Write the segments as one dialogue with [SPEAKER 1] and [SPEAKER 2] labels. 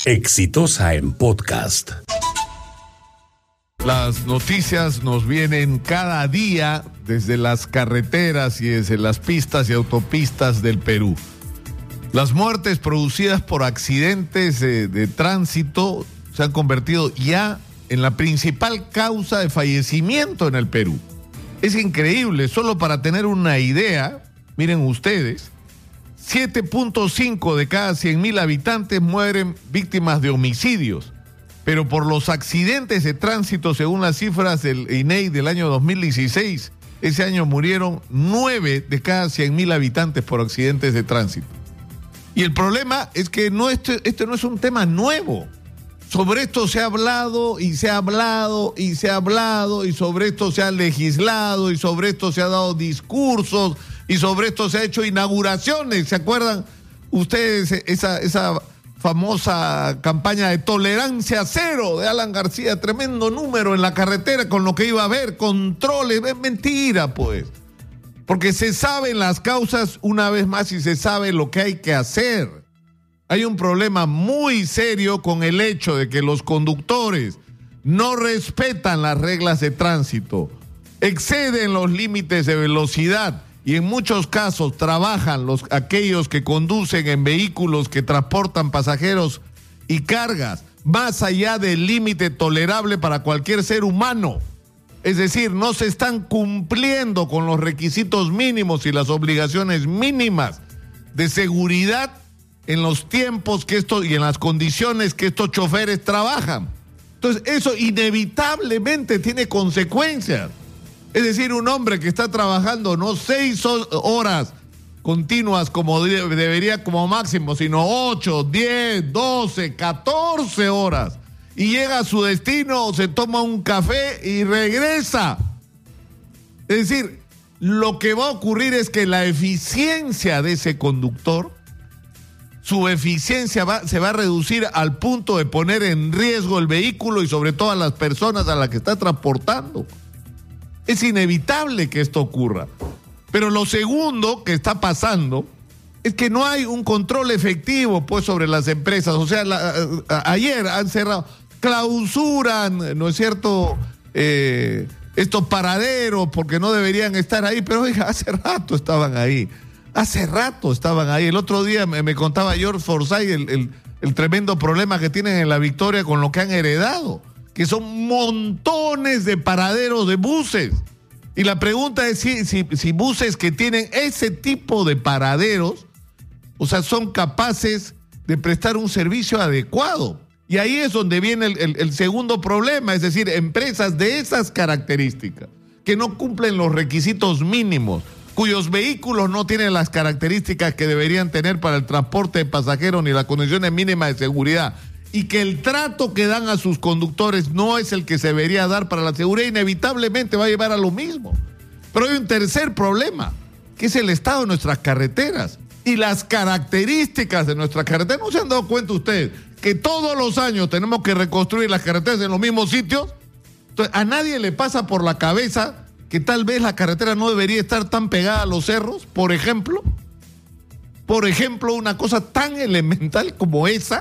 [SPEAKER 1] Exitosa en podcast.
[SPEAKER 2] Las noticias nos vienen cada día desde las carreteras y desde las pistas y autopistas del Perú. Las muertes producidas por accidentes de tránsito se han convertido ya en la principal causa de fallecimiento en el Perú. Es increíble, solo para tener una idea, miren ustedes, 7.5 de cada 100.000 habitantes mueren víctimas de homicidios, pero por los accidentes de tránsito, según las cifras del INEI del año 2016, ese año murieron 9 de cada 100.000 habitantes por accidentes de tránsito. Y el problema es que este no es un tema nuevo. Sobre esto se ha hablado y se ha hablado y se ha hablado y sobre esto se ha legislado y sobre esto se ha dado discursos y sobre esto se ha hecho inauguraciones. ¿Se acuerdan ustedes esa famosa campaña de tolerancia cero de Alan García? Tremendo número en la carretera con lo que iba a haber, controles. Es mentira, pues. Porque se saben las causas una vez más y se sabe lo que hay que hacer. Hay un problema muy serio con el hecho de que los conductores no respetan las reglas de tránsito, exceden los límites de velocidad y en muchos casos trabajan aquellos que conducen en vehículos que transportan pasajeros y cargas más allá del límite tolerable para cualquier ser humano. Es decir, no se están cumpliendo con los requisitos mínimos y las obligaciones mínimas de seguridad en los tiempos y en las condiciones que estos choferes trabajan. Entonces, eso inevitablemente tiene consecuencias. Es decir, un hombre que está trabajando no 6 horas continuas como debería como máximo, sino 8, 10, 12, 14 horas. Y llega a su destino, se toma un café y regresa. Es decir, lo que va a ocurrir es que la eficiencia de ese conductor, su eficiencia se va a reducir al punto de poner en riesgo el vehículo y sobre todo a las personas a las que está transportando. Es inevitable que esto ocurra. Pero lo segundo que está pasando es que no hay un control efectivo pues sobre las empresas. O sea, ayer han cerrado, clausuran, ¿no es cierto?, estos paraderos porque no deberían estar ahí. Pero oiga, hace rato estaban ahí. El otro día me contaba George Forsyth el tremendo problema que tienen en La Victoria con lo que han heredado, que son montones de paraderos de buses. Y la pregunta es si buses que tienen ese tipo de paraderos, o sea, son capaces de prestar un servicio adecuado. Y ahí es donde viene el segundo problema, es decir, empresas de esas características, que no cumplen los requisitos mínimos, cuyos vehículos no tienen las características que deberían tener para el transporte de pasajeros ni las condiciones mínimas de seguridad, y que el trato que dan a sus conductores no es el que se debería dar para la seguridad, inevitablemente va a llevar a lo mismo. Pero hay un tercer problema, que es el estado de nuestras carreteras y las características de nuestras carreteras. ¿No se han dado cuenta ustedes que todos los años tenemos que reconstruir las carreteras en los mismos sitios? Entonces, a nadie le pasa por la cabeza que tal vez la carretera no debería estar tan pegada a los cerros, por ejemplo. Por ejemplo, una cosa tan elemental como esa.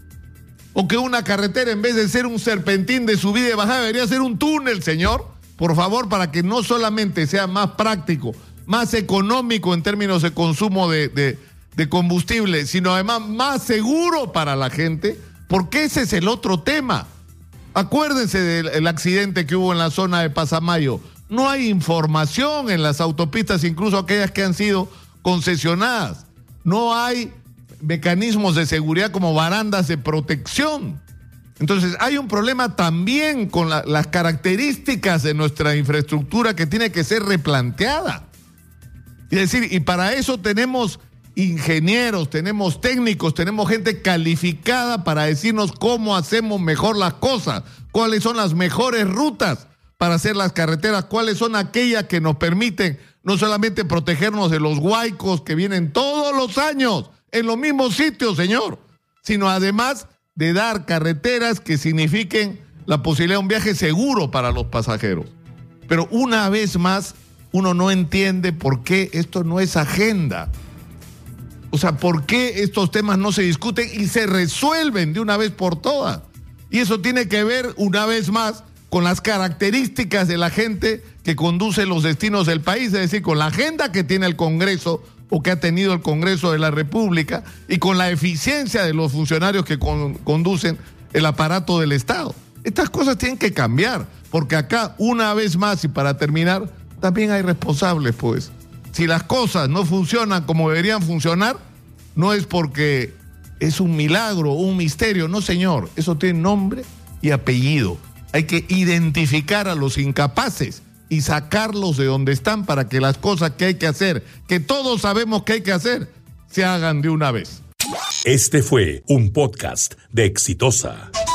[SPEAKER 2] O que una carretera, en vez de ser un serpentín de subida y bajada, debería ser un túnel, señor. Por favor, para que no solamente sea más práctico, más económico en términos de consumo de combustible, sino además más seguro para la gente, porque ese es el otro tema. Acuérdense del accidente que hubo en la zona de Pasamayo. No hay información en las autopistas, incluso aquellas que han sido concesionadas. No hay mecanismos de seguridad como barandas de protección. Entonces hay un problema también con las características de nuestra infraestructura que tiene que ser replanteada. Es decir, y para eso tenemos ingenieros, tenemos técnicos, tenemos gente calificada para decirnos cómo hacemos mejor las cosas, cuáles son las mejores rutas para hacer las carreteras, cuáles son aquellas que nos permiten no solamente protegernos de los huaicos que vienen todos los años en los mismos sitios, señor, sino además de dar carreteras que signifiquen la posibilidad de un viaje seguro para los pasajeros. Pero una vez más, uno no entiende por qué esto no es agenda. O sea, ¿por qué estos temas no se discuten y se resuelven de una vez por todas? Y eso tiene que ver, una vez más, con las características de la gente que conduce los destinos del país, es decir, con la agenda que tiene el Congreso o que ha tenido el Congreso de la República y con la eficiencia de los funcionarios que conducen el aparato del Estado. Estas cosas tienen que cambiar, porque acá, una vez más y para terminar, también hay responsables, pues. Si las cosas no funcionan como deberían funcionar, no es porque es un milagro, un misterio, no señor, eso tiene nombre y apellido. Hay que identificar a los incapaces y sacarlos de donde están para que las cosas que hay que hacer, que todos sabemos que hay que hacer, se hagan de una vez.
[SPEAKER 1] Este fue un podcast de Exitosa.